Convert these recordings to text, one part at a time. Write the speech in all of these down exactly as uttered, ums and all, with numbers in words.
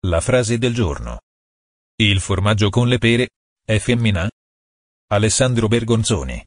La frase del giorno. Il formaggio con le pere è femmina? Alessandro Bergonzoni.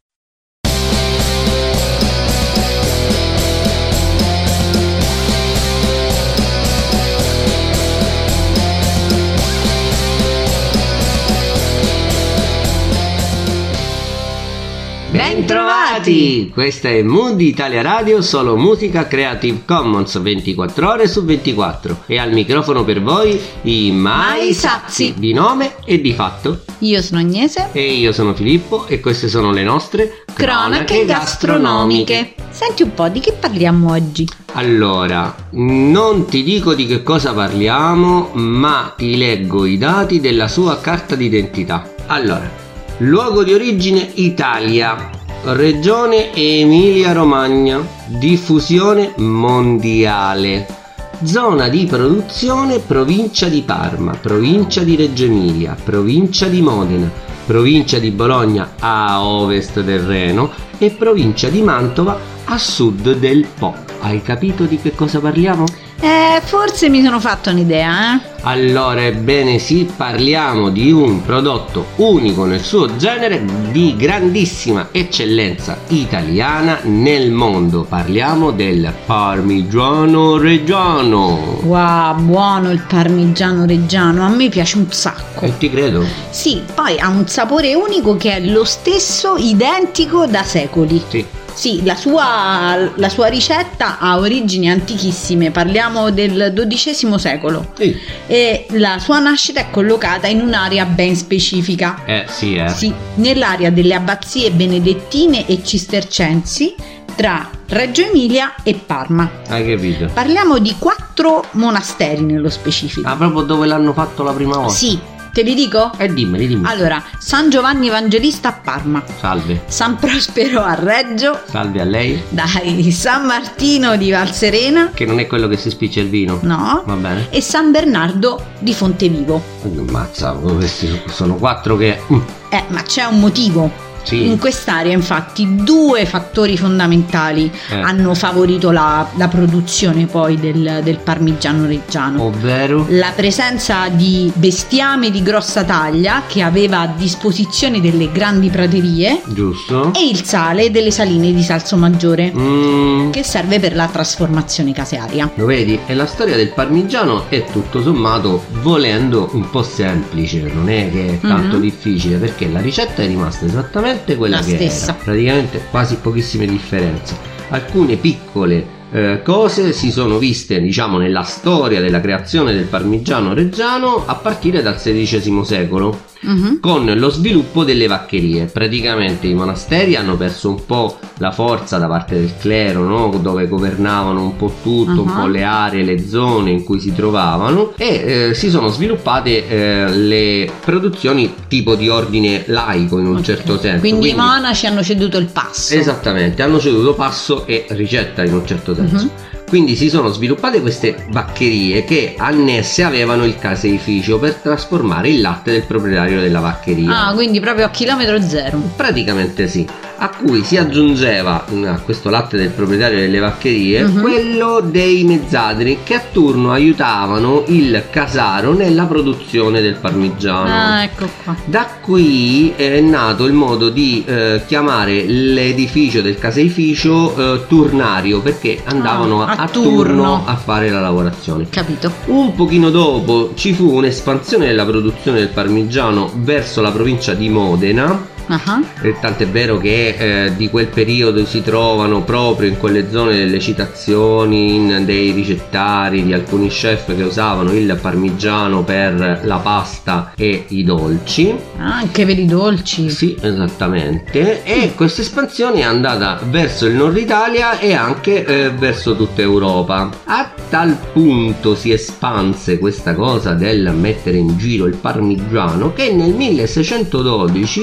Bentrovati! Questa è Mood Italia Radio, solo musica Creative Commons ventiquattro ore su ventiquattro. E al microfono per voi i Mai Sazi, di nome e di fatto. Io sono Agnese e io sono Filippo e queste sono le nostre cronache gastronomiche. Senti un po', di che parliamo oggi? Allora, non ti dico di che cosa parliamo, ma ti leggo i dati della sua carta d'identità. Allora, luogo di origine Italia, regione Emilia-Romagna, diffusione mondiale, zona di produzione provincia di Parma, provincia di Reggio Emilia, provincia di Modena, provincia di Bologna a ovest del Reno e provincia di Mantova a sud del Po. Hai capito di che cosa parliamo? Eh, forse mi sono fatto un'idea, eh? Allora, ebbene sì, parliamo di un prodotto unico nel suo genere, di grandissima eccellenza italiana nel mondo. Parliamo del Parmigiano Reggiano. Wow, buono il Parmigiano Reggiano, a me piace un sacco. E ti credo. Sì, poi ha un sapore unico che è lo stesso, identico da secoli. Sì. Sì, la sua, la sua ricetta ha origini antichissime, parliamo del dodicesimo secolo. Sì. E la sua nascita è collocata in un'area ben specifica. Eh sì, eh. Sì, nell'area delle abbazie benedettine e cistercensi tra Reggio Emilia e Parma. Hai capito? Parliamo di quattro monasteri nello specifico. Ah, proprio dove l'hanno fatto la prima volta? Sì. Te li dico? Eh dimmeli, dimmi. Allora, San Giovanni Evangelista a Parma. Salve. San Prospero a Reggio. Salve a lei. Dai, San Martino di Valserena. Che non è quello che si spiccia il vino. No. Va bene. E San Bernardo di Fontevivo. Ammazza, questi sono quattro che... Eh, ma c'è un motivo. Sì. In quest'area infatti due fattori fondamentali eh. hanno favorito la, la produzione poi del, del Parmigiano Reggiano, ovvero la presenza di bestiame di grossa taglia che aveva a disposizione delle grandi praterie, giusto, e il sale delle saline di Salsomaggiore, mm. che serve per la trasformazione casearia. Lo vedi? E la storia del Parmigiano è tutto sommato, volendo, un po' semplice, non è che è tanto mm-hmm. difficile, perché la ricetta è rimasta esattamente quella la che stessa. Era. Praticamente quasi pochissime differenze. Alcune piccole eh, cose si sono viste, diciamo, nella storia della creazione del Parmigiano Reggiano a partire dal sedicesimo secolo, uh-huh. con lo sviluppo delle vaccherie. Praticamente i monasteri hanno perso un po' la forza da parte del clero, no? Dove governavano un po' tutto, uh-huh. un po' le aree, le zone in cui si trovavano, e eh, si sono sviluppate eh, le produzioni tipo di ordine laico in un okay. certo senso. Quindi, Quindi i monaci hanno ceduto il passo. Esattamente, hanno ceduto passo e ricetta in un certo senso. Uh-huh. Quindi si sono sviluppate queste vaccherie che annesse avevano il caseificio per trasformare il latte del proprietario della vaccheria. Ah, quindi proprio a chilometro zero. Praticamente sì. A cui si aggiungeva a questo latte del proprietario delle vaccherie uh-huh. quello dei mezzadri, che a turno aiutavano il casaro nella produzione del parmigiano. Ah, ecco qua. Da qui è nato il modo di eh, chiamare l'edificio del caseificio eh, turnario, perché andavano ah, a, a, a turno. turno a fare la lavorazione. Capito. Un pochino dopo ci fu un'espansione della produzione del parmigiano verso la provincia di Modena. Uh-huh. E tant'è vero che eh, di quel periodo si trovano proprio in quelle zone delle citazioni in dei ricettari di alcuni chef che usavano il parmigiano per la pasta e i dolci. Anche per i dolci? Sì, esattamente. E questa espansione è andata verso il nord Italia e anche eh, verso tutta Europa. A tal punto si espanse questa cosa del mettere in giro il parmigiano che nel milleseicentododici il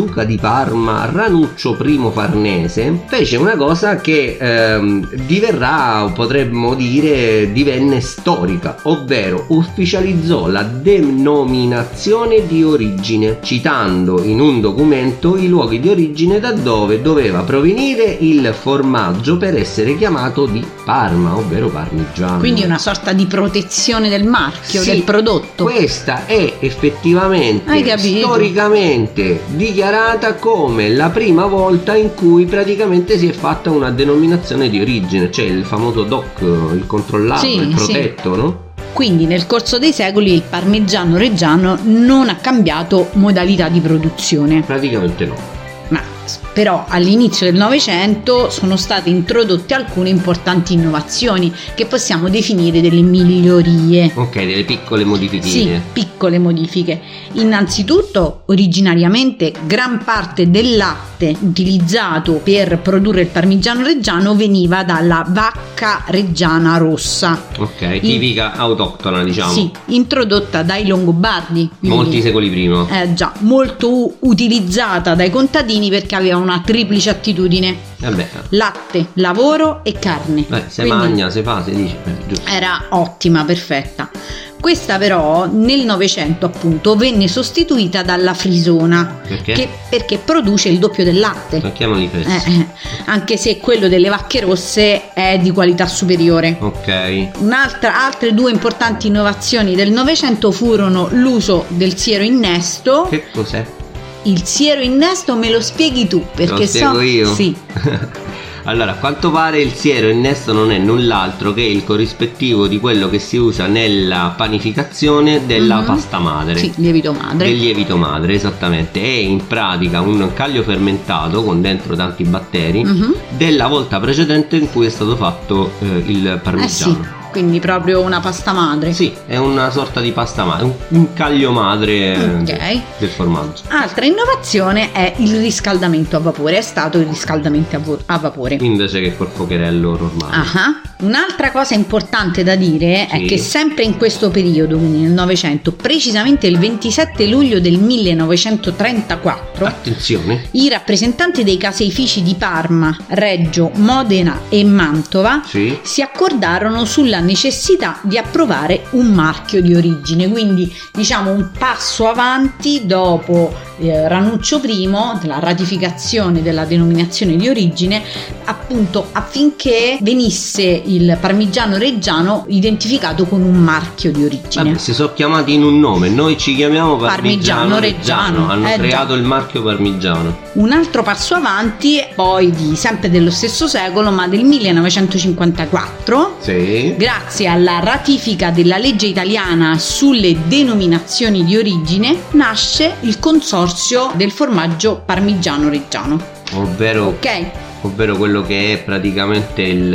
duca di Parma Ranuccio I Farnese fece una cosa che ehm, diverrà, potremmo dire, divenne storica, ovvero ufficializzò la denominazione di origine, citando in un documento i luoghi di origine da dove doveva provenire il formaggio per essere chiamato di Parma, ovvero parmigiano. Quindi una sorta di protezione del marchio, Sì, del prodotto. Questa è effettivamente Hai capito? storicamente dichiarata come la prima volta in cui praticamente si è fatta una denominazione di origine, cioè il famoso D O C, il controllato, Sì, il protetto, sì. no? Quindi nel corso dei secoli il parmigiano reggiano non ha cambiato modalità di produzione, Praticamente no. ma però all'inizio del Novecento sono state introdotte alcune importanti innovazioni che possiamo definire delle migliorie. Ok, delle piccole Sì, modifiche. piccole modifiche. Innanzitutto, originariamente gran parte del latte utilizzato per produrre il parmigiano reggiano veniva dalla vacca reggiana rossa. Ok, tipica autoctona, diciamo. Sì, introdotta dai Longobardi. quindi- Molti secoli prima. Eh già, molto u- utilizzata dai contadini perché aveva una triplice attitudine: Vabbè, latte, lavoro e carne. eh, se Quindi magna, se fa, se dice. Eh, giusto. era ottima, perfetta. Questa però nel Novecento appunto venne sostituita dalla frisona, Perché? che- perché produce il doppio del latte. Tocchiamoli freschi. Eh, eh, anche se quello delle vacche rosse è di qualità superiore. Ok. Un'altra, altre due importanti innovazioni del Novecento furono l'uso del siero innesto. Che cos'è? Il siero innesto me lo spieghi tu, perché Lo spiego so io? Sì. Allora, a quanto pare il siero innesto non è null'altro che il corrispettivo di quello che si usa nella panificazione della Mhm. pasta madre. Sì, lievito madre. Del lievito madre, esattamente. È in pratica un caglio fermentato con dentro tanti batteri Mhm. della volta precedente in cui è stato fatto eh, il Eh parmigiano. sì, quindi proprio una pasta madre. Sì, è una sorta di pasta madre, un, un caglio madre eh, Ok. del formaggio. Altra innovazione è il riscaldamento a vapore, è stato il riscaldamento a, vo- a vapore. Invece che col focherello normale. Ah, un'altra cosa importante da dire Sì. è che sempre in questo periodo, quindi nel Novecento, precisamente il ventisette luglio del millenovecentotrentaquattro, Attenzione. i rappresentanti dei caseifici di Parma, Reggio, Modena e Mantova Sì. si accordarono sulla necessità di approvare un marchio di origine, quindi diciamo un passo avanti dopo eh, Ranuccio I, la ratificazione della denominazione di origine, appunto affinché venisse il parmigiano reggiano identificato con un marchio di origine. Vabbè, si sono chiamati in un nome, noi ci chiamiamo Parmigiano Parmigiano Reggiano. Reggiano. Hanno Eh, creato già. il marchio Parmigiano. Un altro passo avanti, poi di sempre dello stesso secolo, ma del millenovecentocinquantaquattro, Sì. grazie alla ratifica della legge italiana sulle denominazioni di origine, nasce il consorzio del formaggio parmigiano reggiano. Ovvero, Ok? ovvero quello che è praticamente il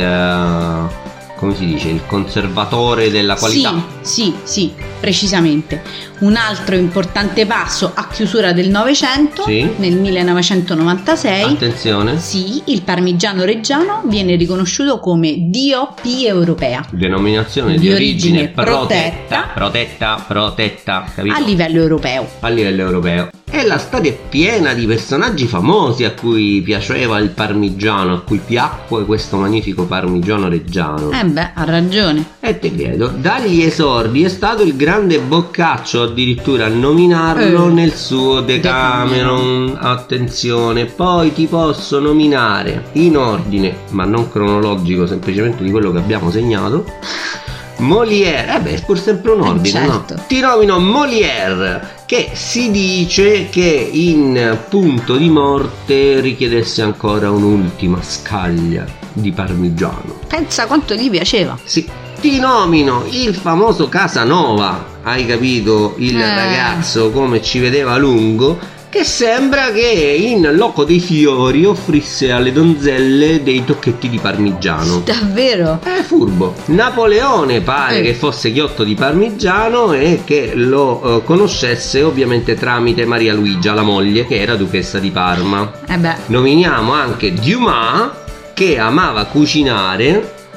eh, come si dice, il conservatore della qualità. Sì, sì, sì, precisamente. Un altro importante passo a chiusura del Novecento, Sì. nel millenovecentonovantasei. Attenzione. Sì, il parmigiano reggiano viene riconosciuto come D O P europea Denominazione di, Di origine, origine protetta, protetta, protetta, capito? a livello europeo. A livello europeo. E la storia è piena di personaggi famosi a cui piaceva il parmigiano, a cui piacque questo magnifico parmigiano reggiano. Eh beh, ha ragione. E te chiedo, dagli esordi è stato il grande Boccaccio addirittura a nominarlo Eh. nel suo Decameron. Attenzione, poi ti posso nominare in ordine, ma non cronologico, semplicemente di quello che abbiamo segnato. Molière, eh beh, è pur sempre un Eh, ordine, certo. no? Ti nomino Molière, che si dice che in punto di morte richiedesse ancora un'ultima scaglia di parmigiano. Pensa quanto gli piaceva. Sì. Ti nomino il famoso Casanova, hai capito? Il Eh. ragazzo come ci vedeva a lungo, che sembra che in loco dei fiori offrisse alle donzelle dei tocchetti di parmigiano. Davvero? È furbo. Napoleone pare Eh. che fosse ghiotto di parmigiano e che lo eh, conoscesse ovviamente tramite Maria Luigia, la moglie, che era duchessa di Parma. Eh beh, Nominiamo anche Dumas, che amava cucinare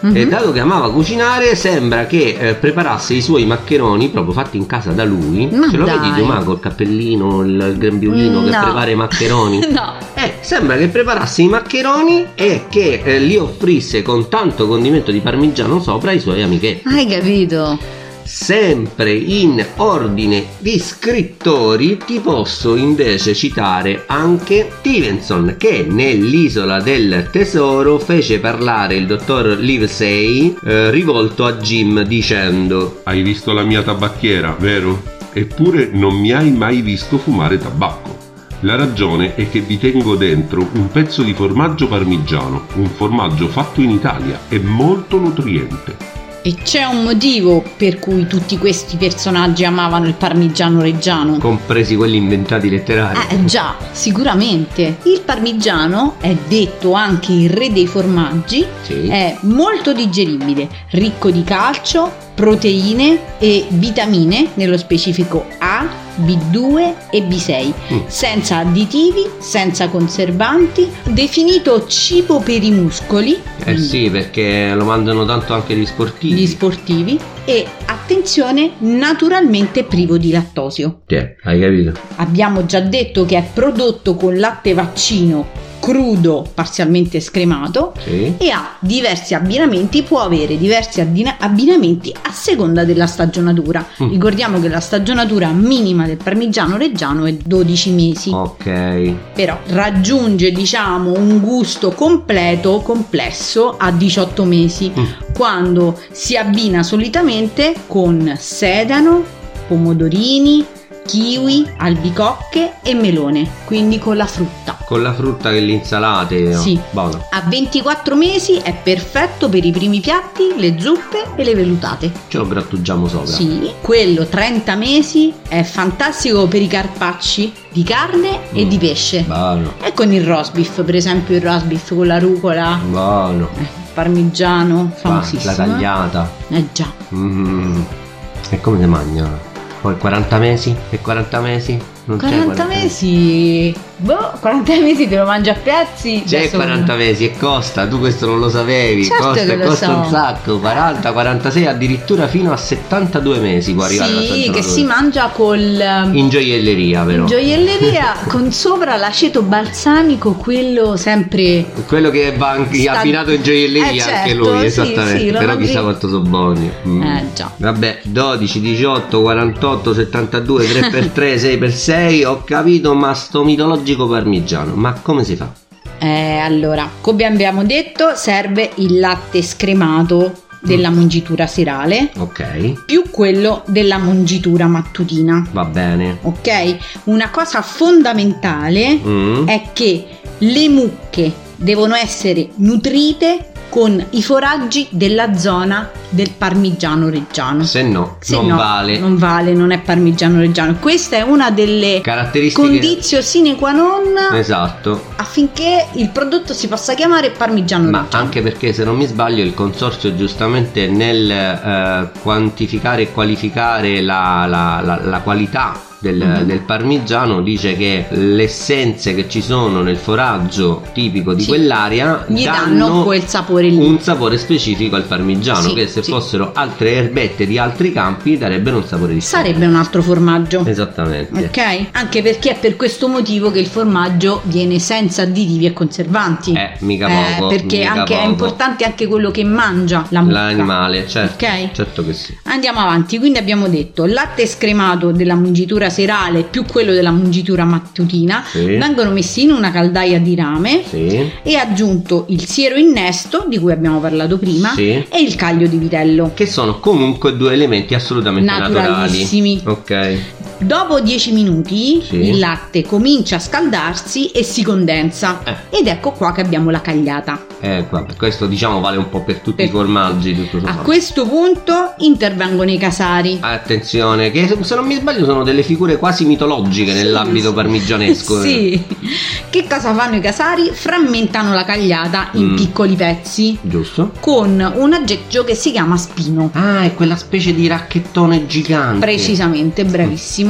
Mhm. E dato che amava cucinare, sembra che eh, preparasse i suoi maccheroni proprio fatti in casa da lui. Ma Ce lo dai. vedi Tomà col cappellino, il grembiulino che No. prepara i maccheroni? No. Eh, sembra che preparasse i maccheroni e che eh, li offrisse con tanto condimento di parmigiano sopra ai suoi amichetti. Hai capito? Sempre in ordine di scrittori ti posso invece citare anche Stevenson, che nell'Isola del Tesoro fece parlare il dottor Livesey eh, rivolto a Jim dicendo: Hai visto la mia tabacchiera, vero? Eppure non mi hai mai visto fumare tabacco. La ragione è che vi tengo dentro un pezzo di formaggio parmigiano, un formaggio fatto in Italia e molto nutriente. E c'è un motivo per cui tutti questi personaggi amavano il parmigiano reggiano. compresi quelli inventati letterari. Eh già, sicuramente. Il parmigiano è detto anche il re dei formaggi, Sì. è molto digeribile, ricco di calcio, proteine e vitamine, nello specifico A, B due e B sei, Mm. senza additivi, senza conservanti, definito cibo per i muscoli, Eh sì, perché lo mandano tanto anche gli sportivi. gli sportivi, e attenzione, naturalmente privo di lattosio. Sì, hai capito? Abbiamo già detto che è prodotto con latte vaccino crudo, parzialmente scremato, Sì. e ha diversi abbinamenti, può avere diversi addina- abbinamenti a seconda della stagionatura. Mm. Ricordiamo che la stagionatura minima del parmigiano reggiano è dodici mesi, Ok. però raggiunge, diciamo, un gusto completo, complesso a diciotto mesi, Mm. quando si abbina solitamente con sedano, pomodorini, kiwi, albicocche e melone, quindi con la frutta. Con la frutta che le insalate. no? Sì. Buono. A ventiquattro mesi è perfetto per i primi piatti, le zuppe e le vellutate. Ce lo grattugiamo sopra. Sì, quello trenta mesi è fantastico per i carpacci di carne e Mm. di pesce. Buono. E con il roast beef, per esempio il roast beef con la rucola, Buono. eh, parmigiano, Ah, famosissimo. la tagliata. Eh già. Mm. E come si mangia? Poi quaranta mesi? E quaranta mesi? Non c'è quaranta mesi. Boh, quaranta mesi te lo mangi a pezzi. C'è Adesso- quaranta mesi e costa, tu questo non lo sapevi. Certo costa che lo costa so. un sacco. quaranta, quarantasei, addirittura fino a settantadue mesi può arrivare la Sì, stagionatura. che si mangia col In gioielleria però. in gioielleria con sopra l'aceto balsamico, quello sempre Quello che va anche Sta- abbinato in gioielleria Eh, certo, anche lui, sì, esattamente. sì, lo però mangi- chissà quanto sono buoni. Mm. Eh, già. Vabbè, dodici, diciotto, quarantotto, settantadue, tre per tre, sei per sei, ho capito, ma sto mitologico parmigiano, ma come si fa? Eh, allora, come abbiamo detto, serve il latte scremato della mungitura serale Ok, più quello della mungitura mattutina. va bene. Ok? Una cosa fondamentale Mm. è che le mucche devono essere nutrite con i foraggi della zona del parmigiano reggiano. Se no, Se non no, vale. Non vale, non è parmigiano reggiano. Questa è una delle Caratteristiche. condizio sine qua non Esatto. affinché il prodotto si possa chiamare parmigiano Ma reggiano. anche perché, se non mi sbaglio, il consorzio giustamente nel eh, quantificare e qualificare la, la- la- la qualità del, Mhm. del parmigiano dice che le essenze che ci sono nel foraggio tipico di Sì. quell'area Gli danno quel sapore lì. un sapore specifico al parmigiano, Sì, che se sì. fossero altre erbette di altri campi darebbero un sapore differente. Sarebbe un altro formaggio. Esattamente. Ok? Anche perché è per questo motivo che il formaggio viene senza additivi e conservanti. Eh, mica Eh, poco. perché mica anche è poco. importante anche quello che mangia la mucca. L'animale, certo. Ok? Certo che sì. Andiamo avanti, quindi abbiamo detto latte scremato della mungitura serale più quello della mungitura mattutina Sì. vengono messi in una caldaia di rame Sì. e aggiunto il siero innesto di cui abbiamo parlato prima Sì. e il caglio di vitello. Che sono comunque due elementi assolutamente naturali. Naturalissimi. Ok. Dopo dieci minuti Sì. il latte comincia a scaldarsi e si condensa Eh. ed ecco qua che abbiamo la cagliata. Eh, qua, questo diciamo vale un po' per tutti Per- i formaggi, tutto A sommato. questo punto intervengono i casari. Attenzione, che se- se non mi sbaglio sono delle figure quasi mitologiche nell'ambito Sì, parmigianesco. eh. Sì. Che cosa fanno i casari? Frammentano la cagliata in Mm. piccoli pezzi Giusto? con un aggeggio che si chiama spino. Ah, è quella specie di racchettone gigante. Precisamente, bravissimo.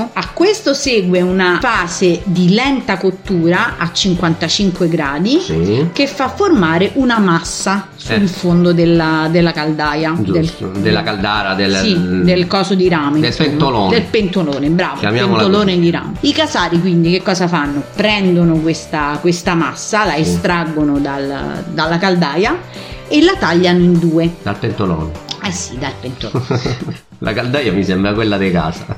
Benissimo. A questo segue una fase di lenta cottura a cinquantacinque gradi, Sì. che fa formare una massa sul Eh. fondo della, della caldaia. Giusto, della caldara, del, Sì, del coso di rame, del insomma. pentolone. Del pentolone, bravo, Chiamiamola pentolone così. di rame. I casari quindi che cosa fanno? Prendono questa, questa massa, la Sì. estraggono dal- dalla caldaia e la tagliano in due. Dal pentolone. Eh sì, dal pentolone. La caldaia mi sembra quella di casa.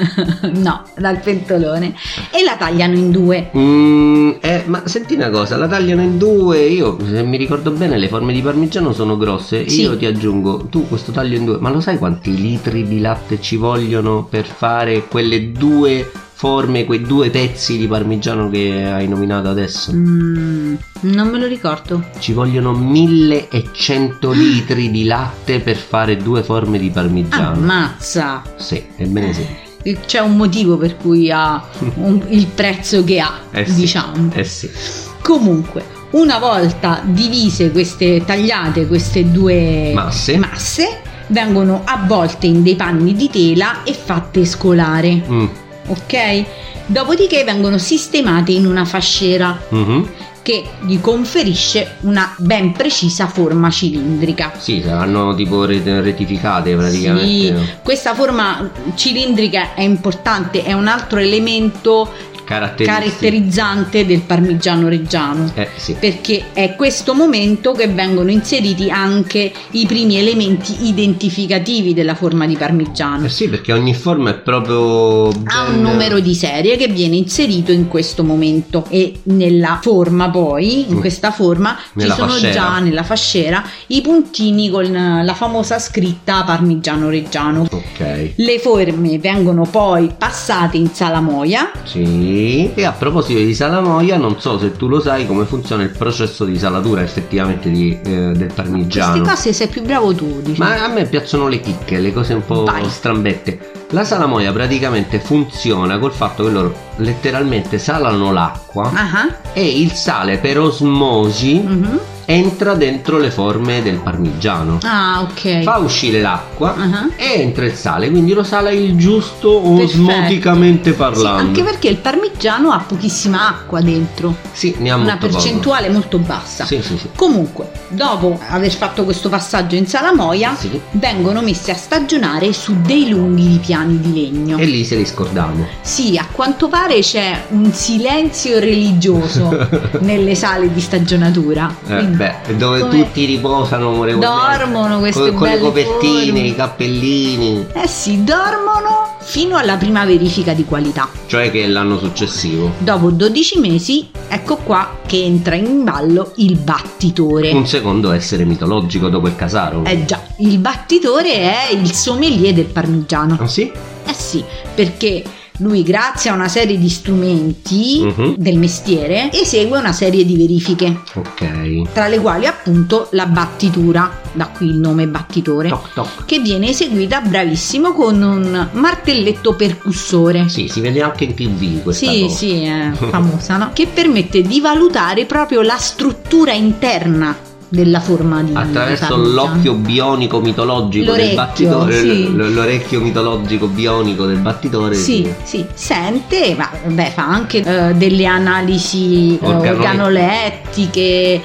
No, dal pentolone. E la tagliano in due. Mm, eh, ma senti una cosa, la tagliano in due. Io, se mi ricordo bene, le forme di parmigiano sono grosse. Sì. Io ti aggiungo, tu questo taglio in due, ma lo sai quanti litri di latte ci vogliono per fare quelle due forme, quei due pezzi di parmigiano che hai nominato adesso? Mm, non me lo ricordo. Ci vogliono millecento litri di latte per fare due forme di parmigiano. Ammazza. Sì, ebbene sì. C'è un motivo per cui ha un- il prezzo che ha, Eh sì, diciamo. Eh sì. Comunque, una volta divise queste, tagliate queste due Masse. masse, vengono avvolte in dei panni di tela e fatte scolare, Mm. ok? Dopodiché vengono sistemate in una fasciera Mhm. che gli conferisce una ben precisa forma cilindrica. Sì, saranno tipo re- rettificate praticamente. Sì, questa forma cilindrica è importante, è un altro elemento Caratteristiche. caratterizzante del parmigiano reggiano, Eh sì. perché è questo momento che vengono inseriti anche i primi elementi identificativi della forma di parmigiano. Eh sì, perché ogni forma è proprio Ha ben- un numero di serie che viene inserito in questo momento e nella forma poi, in Mm. questa forma, Nella ci sono fasciera. già nella fasciera i puntini con la famosa scritta parmigiano reggiano. Ok. Le forme vengono poi passate in salamoia. Sì. E a proposito di salamoia, non so se tu lo sai come funziona il processo di salatura effettivamente di, eh, del parmigiano. Queste cose sei più bravo tu, diciamo. Ma a me piacciono le chicche, le cose un po' Vai. strambette. La salamoia praticamente funziona col fatto che loro letteralmente salano l'acqua Ah, e il sale per osmosi mhm. entra dentro le forme del parmigiano. Ah, ok. Fa uscire l'acqua Ah. e entra il sale, quindi lo sale il giusto Perfetto. osmoticamente Sì, parlando. anche perché il parmigiano ha pochissima acqua dentro, Sì, ne ha una molto percentuale molto bassa. poco. Sì, sì, sì. Comunque, dopo aver fatto questo passaggio in salamoia, Sì. vengono messe a stagionare su dei lunghi ripiani di legno. E lì se li scordiamo. Sì, a quanto pare c'è un silenzio religioso nelle sale di stagionatura. Eh, Quindi, beh, dove come tutti riposano amorevolmente. dormono queste con, con le belle copertine, forme. i cappellini. Eh sì, dormono fino alla prima verifica di qualità. Cioè che è l'anno successivo. Dopo dodici mesi, ecco qua che entra in ballo il battitore. Un secondo essere mitologico dopo il casaro. Eh già, il battitore è il sommelier del parmigiano. Ah, sì? Eh sì, perché lui, grazie a una serie di strumenti Mhm. del mestiere, esegue una serie di verifiche, Ok. tra le quali appunto la battitura, da qui il nome battitore, Toc toc. che viene eseguita bravissimo con un martelletto percussore. Sì, si vede anche in tivù questa Sì, cosa. sì, è famosa, no? Che permette di valutare proprio la struttura interna della forma di Attraverso di parmigiano. l'occhio bionico mitologico del L'orecchio, battitore, sì. l- l'orecchio mitologico bionico del battitore. Sì, sì, sente, ma beh, fa anche eh, delle analisi eh, Organo- organolettiche, eh,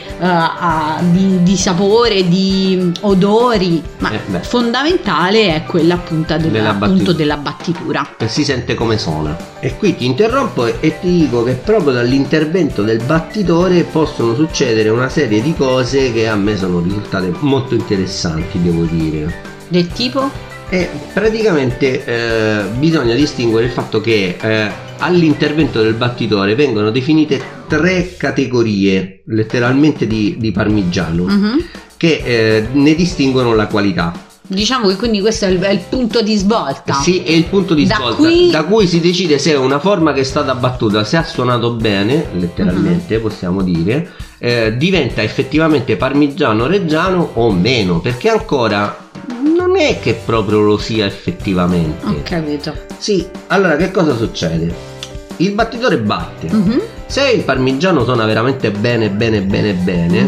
a- di, di sapore, di odori, ma Eh, beh. fondamentale è quella appunto della, Della appunto battitura. della battitura. E si sente come suona. E qui ti interrompo e, e ti dico che proprio dall'intervento del battitore possono succedere una serie di cose che a me sono risultate molto interessanti, devo dire. Del tipo? E praticamente eh, bisogna distinguere il fatto che eh, all'intervento del battitore vengono definite tre categorie letteralmente di, di parmigiano Mhm. che eh, ne distinguono la qualità. Diciamo che quindi questo è il, è il punto di svolta. Sì, è il punto di Da svolta qui- da cui si decide se una forma che è stata battuta, se ha suonato bene, letteralmente possiamo dire, eh, diventa effettivamente parmigiano reggiano o meno, perché ancora non è che proprio lo sia effettivamente. Ho capito. Sì, allora che cosa succede? Il battitore batte. Mhm, Se il parmigiano suona veramente bene, bene, bene, bene, mhm.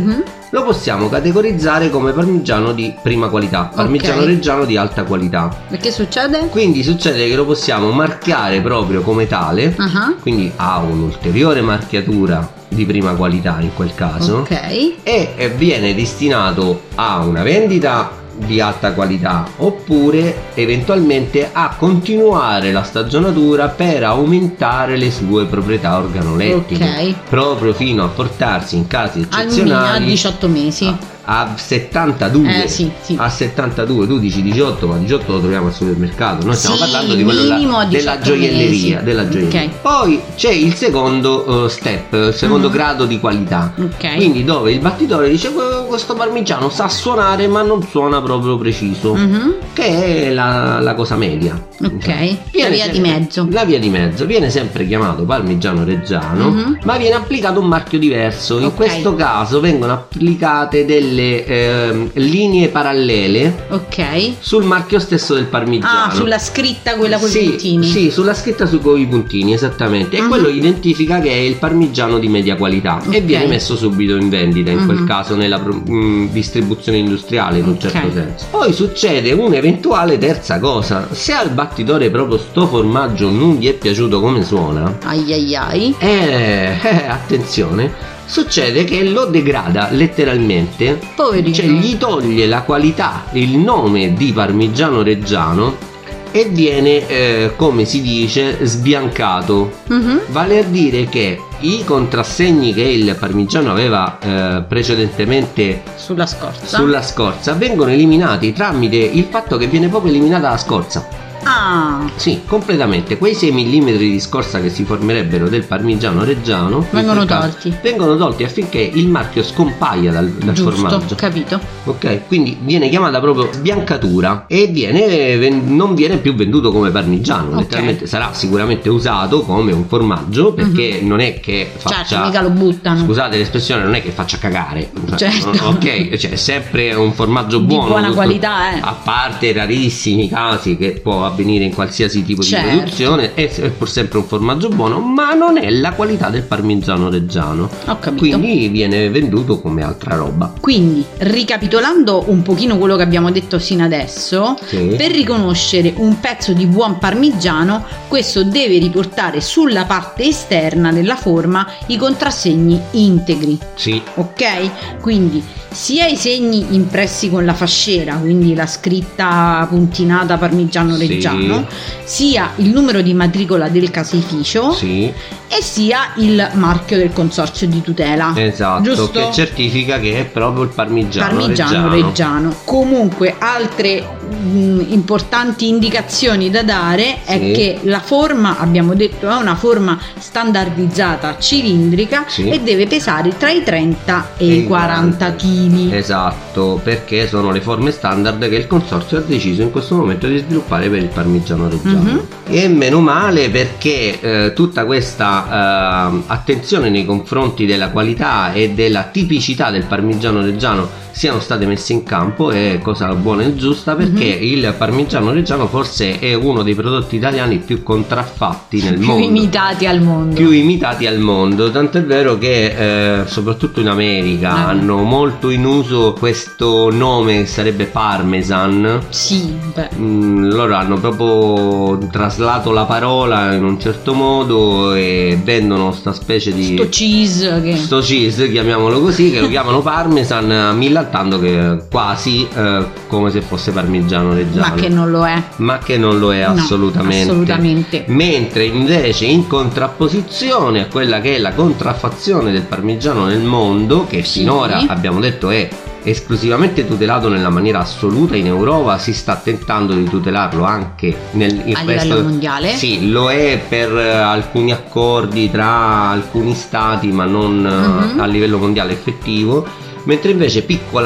lo possiamo categorizzare come parmigiano di prima qualità, parmigiano Ok. reggiano di alta qualità. E che succede? Quindi succede che lo possiamo marchiare proprio come tale, Ah, quindi ha un'ulteriore marchiatura di prima qualità in quel caso, ok. e eh, viene destinato a una vendita di alta qualità oppure eventualmente a continuare la stagionatura per aumentare le sue proprietà organolettiche, Ok. proprio fino a portarsi in casi Almeno a eccezionali diciotto mesi. a settantadue. Eh, sì, sì. A settantadue, tu dici diciotto, ma diciotto lo troviamo al supermercato. Noi stiamo Sì, parlando di quello minimo là, della diciotto gioielleria, mesi. della gioielleria. Ok. Poi c'è il secondo eh, step, il secondo Mhm. grado di qualità. Ok. Quindi dove il battitore dice "Que- questo parmigiano sa suonare ma non suona proprio preciso", Mhm. che è la, la cosa media. Ok. Viene La via se- di mezzo. La via di mezzo viene sempre chiamato parmigiano reggiano, Mhm. ma viene applicato un marchio diverso. In Ok. questo caso vengono applicate delle ehm, linee parallele Ok. sul marchio stesso del parmigiano. Ah, sulla scritta quella con i sì, puntini. sì, sulla scritta su con i puntini, esattamente. E Mhm. quello identifica che è il parmigiano di media qualità e Ok. viene messo subito in vendita, in quel Mhm. caso nella pro- mh, distribuzione industriale in un Ok. certo senso. Poi succede un'eventuale terza cosa. Se al battitore proprio sto formaggio non gli è piaciuto come suona, Ai ai ai. eh, eh, attenzione, succede che lo degrada letteralmente, Poverino. cioè gli toglie la qualità, il nome di parmigiano reggiano e viene, eh, come si dice, sbiancato. Mhm. Vale a dire che i contrassegni che il parmigiano aveva eh, precedentemente Sulla scorza. sulla scorza vengono eliminati tramite il fatto che viene proprio eliminata la scorza. Ah, Sì, completamente. Quei sei millimetri di scorza che si formerebbero del parmigiano reggiano in vengono quel caso, tolti. vengono tolti affinché il marchio scompaia dal, dal Giusto, formaggio. capito. Ok, quindi viene chiamata proprio sbiancatura e viene, ven- non viene più venduto come parmigiano. Ok. Letteralmente sarà sicuramente usato come un formaggio perché non è che faccia. Certo, mica lo buttano. Scusate l'espressione, non è che faccia cagare. Certo. Ok, cioè è sempre un formaggio Di buono. buona tutto- qualità, eh. A parte rarissimi casi che può avvenire in qualsiasi tipo Certo. di produzione, è, è pur sempre un formaggio buono, ma non è la qualità del parmigiano reggiano. Ho capito. Quindi viene venduto come altra roba. Quindi, ricapitolando un pochino quello che abbiamo detto sino adesso, Sì. per riconoscere un pezzo di buon parmigiano, questo deve riportare sulla parte esterna della forma i contrassegni integri. Sì. Ok? Quindi sia i segni impressi con la fasciera, quindi la scritta puntinata parmigiano Sì. reggiano, sia il numero di matricola del caseificio Sì, e sia il marchio del consorzio di tutela. esatto, Giusto? che certifica che è proprio il parmigiano, Parmigiano reggiano. reggiano. Comunque altre mh, importanti indicazioni da dare è Sì. che la forma, abbiamo detto, è una forma standardizzata cilindrica Sì. e deve pesare tra i trenta e E i quaranta chili. Esatto, perché sono le forme standard che il consorzio ha deciso in questo momento di sviluppare per il parmigiano reggiano. Mhm. E meno male, perché eh, tutta questa eh, attenzione nei confronti della qualità e della tipicità del parmigiano reggiano siano state messe in campo è cosa buona e giusta, perché Mhm. il parmigiano reggiano forse è uno dei prodotti italiani più contraffatti nel Più mondo, imitati al mondo. più imitati al mondo, tant'è vero che eh, soprattutto in America Ah. hanno molto in uso questo nome che sarebbe parmesan. Sì, beh. Mm, loro hanno proprio traslato la parola in un certo modo e vendono sta specie di Sto cheese che... sto cheese, chiamiamolo così, che lo chiamano parmesan, millantando che quasi eh, come se fosse parmigiano reggiano, Ma che non lo è. ma che non lo è No, assolutamente. assolutamente. Mentre invece in contrapposizione a quella che è la contraffazione del parmigiano nel mondo, che Sì. finora abbiamo detto è esclusivamente tutelato nella maniera assoluta in Europa, si sta tentando di tutelarlo anche nel il A resto- livello mondiale? Sì, lo è per eh, alcuni accordi tra alcuni stati, ma non eh, Mhm. a livello mondiale effettivo. Mentre invece, piccola chicca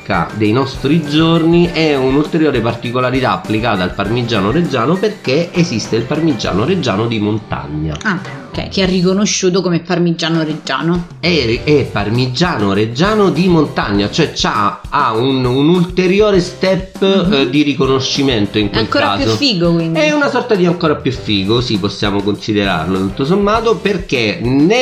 marca dei nostri giorni, è un'ulteriore particolarità applicata al parmigiano reggiano, perché esiste il parmigiano reggiano di montagna. Ah, ok, che è riconosciuto come parmigiano reggiano. È, è parmigiano reggiano di montagna, cioè c'ha, ha un, un ulteriore step mm-hmm. eh, di riconoscimento in è quel ancora caso. più figo, quindi. È una sorta di ancora più figo, sì, possiamo considerarlo tutto sommato, perché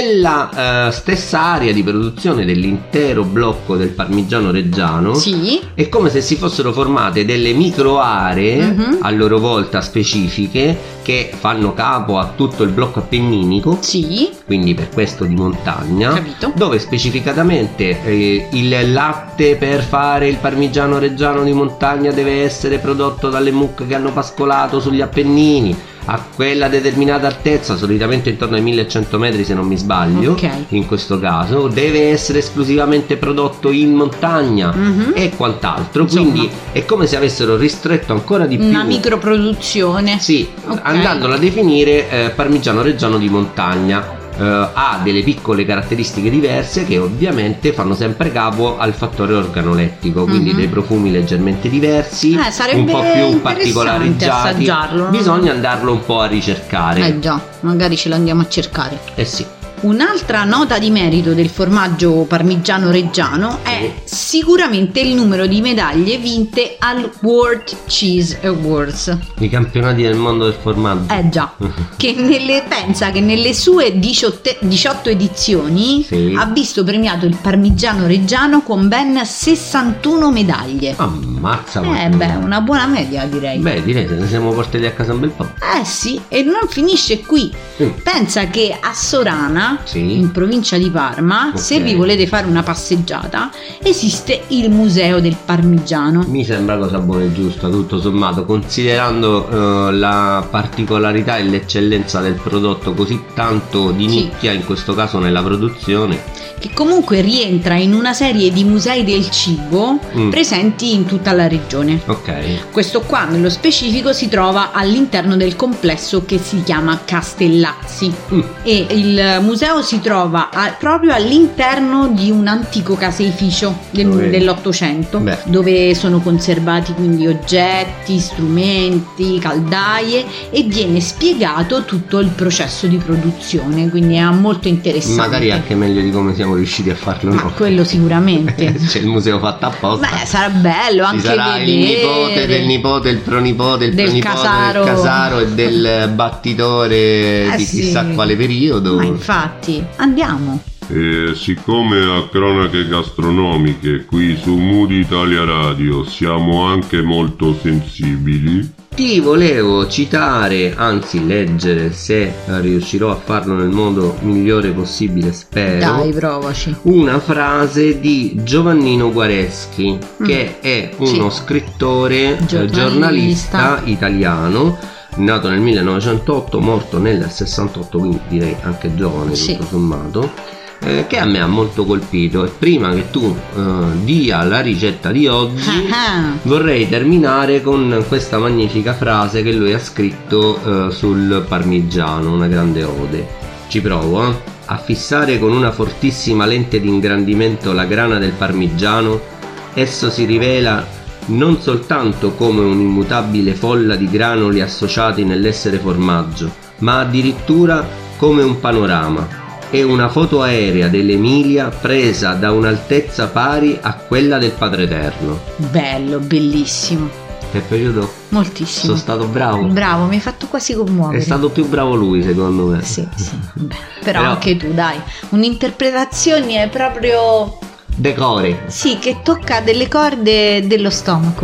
nella eh, stessa area di produzione dell'intero blocco del parmigiano reggiano sì. è come se si fossero formate delle micro aree mm-hmm. a loro volta specifiche, che fanno capo a tutto il blocco appenninico, sì. quindi per questo di montagna. Capito. Dove specificatamente eh, il latte per fare il parmigiano reggiano di montagna deve essere prodotto dalle mucche che hanno pascolato sugli Appennini a quella determinata altezza, solitamente intorno ai millecento metri se non mi sbaglio, okay. in questo caso deve essere esclusivamente prodotto in montagna mm-hmm. e quant'altro. Insomma, quindi è come se avessero ristretto ancora di più una microproduzione, sì, okay. andandola a definire eh, parmigiano reggiano di montagna. Uh, ha delle piccole caratteristiche diverse che ovviamente fanno sempre capo al fattore organolettico, quindi mm-hmm. dei profumi leggermente diversi, eh, un po' più particolarizzati. Bisogna andarlo un po' a ricercare. Eh già, magari ce l'andiamo a cercare. Eh sì. Un'altra nota di merito del formaggio parmigiano reggiano è sicuramente il numero di medaglie vinte al World Cheese Awards. I campionati del mondo del formaggio. Eh già, che nelle, pensa che nelle sue diciotto, diciotto edizioni sì. ha visto premiato il parmigiano reggiano con ben sessantuno medaglie. Ammazza! Eh beh, una buona media direi. Beh, direi che ne siamo portati a casa un bel po'. Eh sì, e non finisce qui. Mm. Pensa che a Sorana, sì. in provincia di Parma, okay. se vi volete fare una passeggiata, esiste il museo del parmigiano. Mi sembra cosa buona e giusta, tutto sommato, considerando uh, la particolarità e l'eccellenza del prodotto, così tanto di nicchia sì. in questo caso nella produzione, che comunque rientra in una serie di musei del cibo mm. presenti in tutta la regione. Ok. Questo qua nello specifico si trova all'interno del complesso che si chiama Castellazzi mm. e il museo si trova a, proprio all'interno di un antico caseificio del, dell'Ottocento, Beh. dove sono conservati quindi oggetti, strumenti, caldaie, e viene spiegato tutto il processo di produzione, quindi è molto interessante. Magari anche meglio di come siamo riusciti a farlo Ma noi. Quello sicuramente. C'è il museo fatto apposta. Beh, sarà bello anche Ci sarà vedere. il nipote del nipote, il pronipote, il del pronipote casaro. del casaro e del battitore eh di chissà sì. quale periodo. Ma infatti, andiamo. E siccome a cronache gastronomiche qui su Mood Italia Radio siamo anche molto sensibili, ti volevo citare, anzi leggere, se riuscirò a farlo nel modo migliore possibile, spero. Dai, provaci. Una frase di Giovannino Guareschi, mm. che è uno sì. scrittore giornalista. giornalista italiano, nato nel millenovecentootto, morto nel sessantotto, quindi direi anche giovane sì. tutto sommato. Eh, che a me ha molto colpito. E prima che tu eh, dia la ricetta di oggi uh-huh. vorrei terminare con questa magnifica frase che lui ha scritto eh, sul parmigiano, una grande ode. Ci provo eh? A fissare con una fortissima lente di ingrandimento la grana del parmigiano, esso si rivela non soltanto come un'immutabile folla di granuli associati nell'essere formaggio, ma addirittura come un panorama. È una foto aerea dell'Emilia presa da un'altezza pari a quella del Padre Eterno. Bello, bellissimo. Ti è piaciuto? Moltissimo. Sono stato bravo. Bravo, mi hai fatto quasi commuovere. È stato più bravo lui, secondo me. Sì, sì. Beh, però, però anche tu, dai. Un'interpretazione proprio... decore. Sì, che tocca delle corde dello stomaco.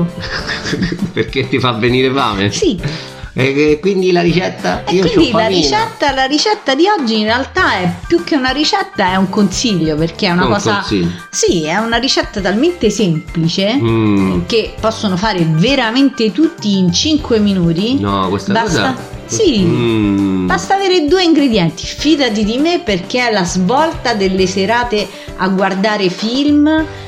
Perché ti fa venire fame? Sì. E quindi la ricetta? E Io quindi la ricetta, la ricetta di oggi in realtà è più che una ricetta, è un consiglio, perché è una un cosa. Consiglio. Sì, è una ricetta talmente semplice mm. che possono fare veramente tutti in cinque minuti. No, questa Basta... cosa. Sì, mm. basta avere due ingredienti. Fidati di me, perché è la svolta delle serate a guardare film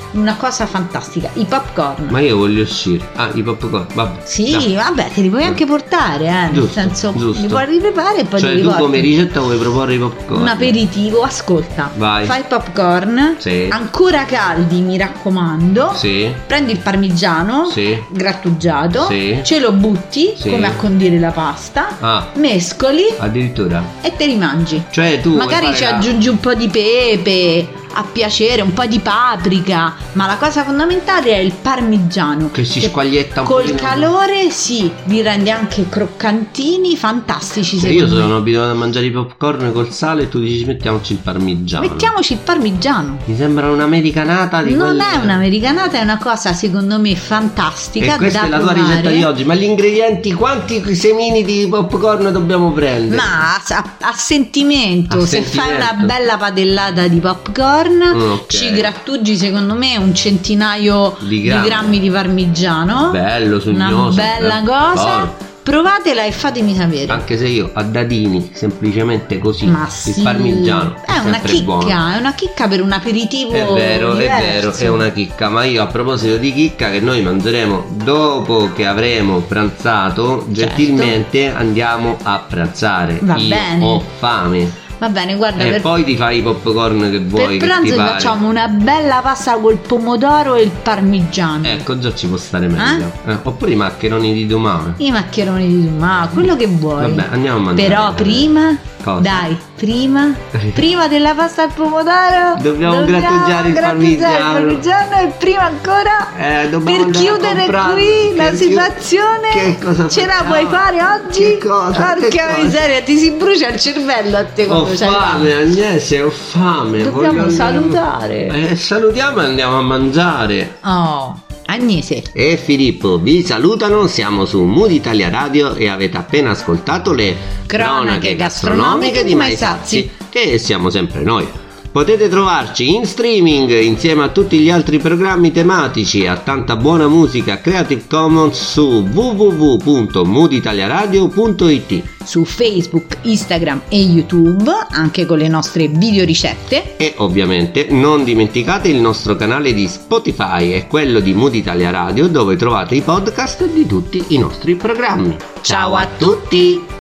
una cosa fantastica, i popcorn. Ma io voglio uscire. Ah, i popcorn, vabbè. Sì, dai. vabbè, te li puoi anche portare, eh, nel Giusto, senso giusto. li puoi ripreparare e poi Cioè te li tu porti. come ricetta vuoi proporre i popcorn? Un aperitivo, ascolta. Vai. Fai il popcorn, Sì. ancora caldi, mi raccomando. Sì. Prendi il parmigiano, Sì. grattugiato, Sì. ce lo butti Sì. come a condire la pasta, Ah, mescoli addirittura. e te li mangi. Cioè tu Magari vuoi ci fare la- aggiungi un po' di pepe a piacere, un po' di paprika, ma la cosa fondamentale è il parmigiano che si squaglietta un po'. col calore sì, li rende anche croccantini, fantastici. Cioè, io secondo sono me. abituato a mangiare i popcorn col sale e tu dici mettiamoci il parmigiano. Mettiamoci il parmigiano. Mi sembra un'americanata di Non quelle- è un'americanata, è una cosa secondo me fantastica. E questa da è la tua provare. ricetta di oggi. Ma gli ingredienti, quanti semini di popcorn dobbiamo prendere? Ma a, a sentimento, A se fai sentimento. una bella padellata di popcorn, Mm, ok. ci grattugi secondo me un centinaio Di di grammi. grammi di, parmigiano. Bello, Una sugnoso. bella eh. cosa. Poi, Provatela e fatemi sapere. anche se io a dadini, semplicemente così, Ma il sì, parmigiano è una sempre chicca, buono. è una chicca per un aperitivo. È vero, diverso. è vero, è una chicca. Ma io a proposito di chicca, che noi mangeremo dopo che avremo pranzato, gentilmente andiamo a pranzare. Va io bene. ho fame. Va bene, guarda, E per, poi ti fai i popcorn che vuoi. per che pranzo ti ci pare. facciamo una bella pasta col pomodoro e il parmigiano. Ecco, già ci può stare meglio. Eh, oppure i maccheroni di domani. I maccheroni di ma quello che vuoi. Vabbè, andiamo a mangiare. Però prima, Cosa? dai, prima, prima della pasta al pomodoro Dobbiamo grattugiare il grattugiare parmigiano. il parmigiano e prima ancora Eh, dobbiamo per andare a chiudere comprare. qui la Per chiu- situazione. Che cosa ce la facciamo? puoi fare oggi? Che cosa? Che Porca cosa? miseria, ti si brucia il cervello a te Ho quando c'hai fame, Agnese, ho fame. Dobbiamo voglio andare- salutare. Eh, salutiamo e andiamo a mangiare. Oh, Agnese. E Filippo vi salutano, siamo su Mood Italia Radio e avete appena ascoltato le Cronache gastronomiche di Mai Sazi, che siamo sempre noi. Potete trovarci in streaming insieme a tutti gli altri programmi tematici e a tanta buona musica Creative Commons su w w w punto mood italia radio punto i t. Su Facebook, Instagram e YouTube, anche con le nostre videoricette. E ovviamente non dimenticate il nostro canale di Spotify e quello di Mood Italia Radio, dove trovate i podcast di tutti i nostri programmi. Ciao a tutti!